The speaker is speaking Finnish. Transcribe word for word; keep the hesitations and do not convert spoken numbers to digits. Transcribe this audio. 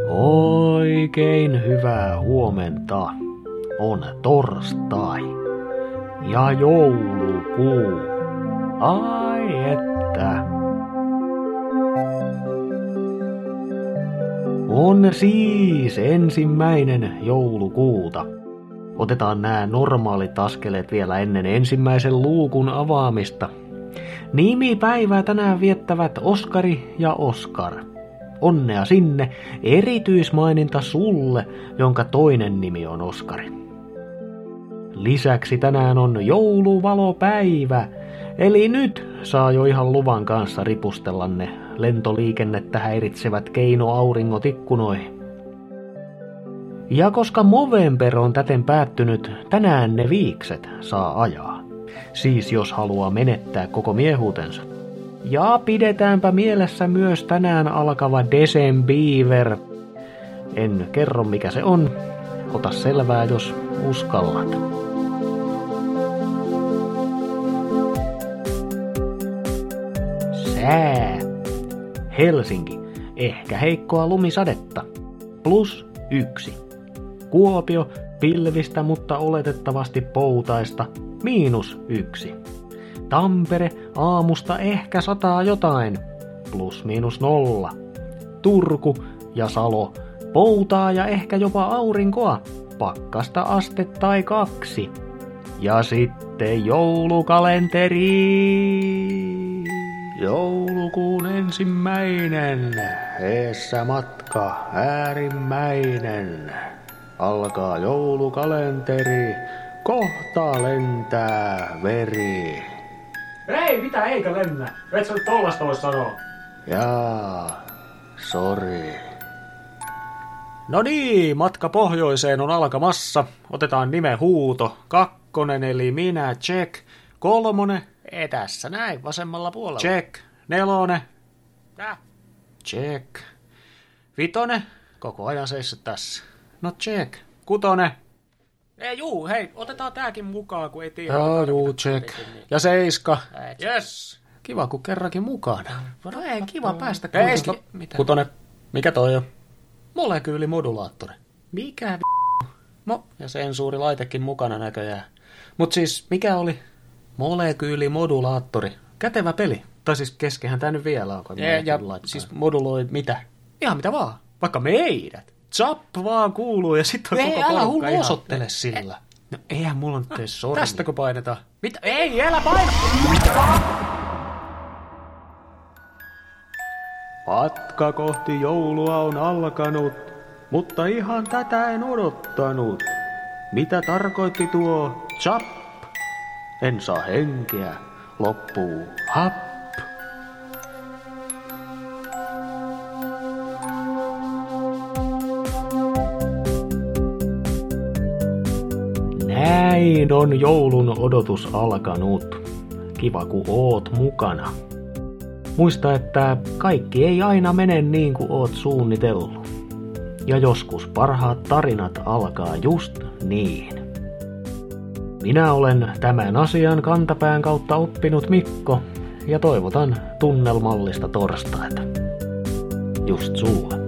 Oikein hyvää huomenta. On torstai ja joulukuu. Ai että. On siis ensimmäinen joulukuuta. Otetaan nämä normaalit askeleet vielä ennen ensimmäisen luukun avaamista. Nimipäivää tänään viettävät Oskari ja Oskar. Onnea sinne, erityismaininta sulle, jonka toinen nimi on Oskari. Lisäksi tänään on jouluvalopäivä, eli nyt saa jo ihan luvan kanssa ripustella ne lentoliikennettä häiritsevät keinoauringot ikkunoihin. Ja koska Movember on täten päättynyt, tänään ne viikset saa ajaa. Siis jos haluaa menettää koko miehuutensa. Ja pidetäänpä mielessä myös tänään alkava December. En kerro mikä se on. Ota selvää jos uskallat. Sää. Helsinki. Ehkä heikkoa lumisadetta. Plus yksi. Kuopio. Pilvistä, mutta oletettavasti poutaista. Miinus yksi. Tampere. Aamusta ehkä sataa jotain. Plus miinus nolla. Turku ja Salo. Poutaa ja ehkä jopa aurinkoa. Pakkasta aste tai kaksi. Ja sitten joulukalenteri. Joulukuun ensimmäinen. Eessä matka äärimmäinen. Alkaa joulukalenteri. Kohta lentää veri. Ei, mitä eikä lennä? Et sä nyt tollasta voi sanoa. Jaa, sori. No niin, matka pohjoiseen on alkamassa. Otetaan nimen huuto. Kakkonen eli minä, check. Kolmonen. Ei tässä näin, vasemmalla puolella. Check. Nelonen. Tää. Check. Vitonen. Koko ajan seissyt tässä. No check. Kutonen. Ei juu, hei, otetaan tääkin mukaan, kun ei tiedä. Joo, juu, check. Ja seiska. Yes. Kiva, kun kerrankin mukana. No ei, kiva päästä Ei, stop. Mitä? Kutonen. Mikä toi on? Molekyylimodulaattori. Mikä v***? No, ja sensuurilaitekin mukana näköjään. Mut siis, mikä oli? Molekyylimodulaattori. Kätevä peli. Tai siis keskehän tää nyt vielä on. Ja, ja siis moduloi mitä? Ihan mitä vaan. Vaikka meidät. Zap vaan kuuluu ja sitten on ei, koko älä porukka hullu osoittele ihan... sillä. No eihän mulla nyt tee sormi. Tästäkö painetaan? Mitä? Ei, älä paina! Matka kohti joulua on alkanut, mutta ihan tätä en odottanut. Mitä tarkoitti tuo chap? En saa henkeä. Loppuu hap. Näin on joulun odotus alkanut. Kiva kun oot mukana. Muista, että kaikki ei aina mene niin kuin oot suunnitellut. Ja joskus parhaat tarinat alkaa just niin. Minä olen tämän asian kantapään kautta oppinut Mikko ja toivotan tunnelmallista torstaita. Just sulle.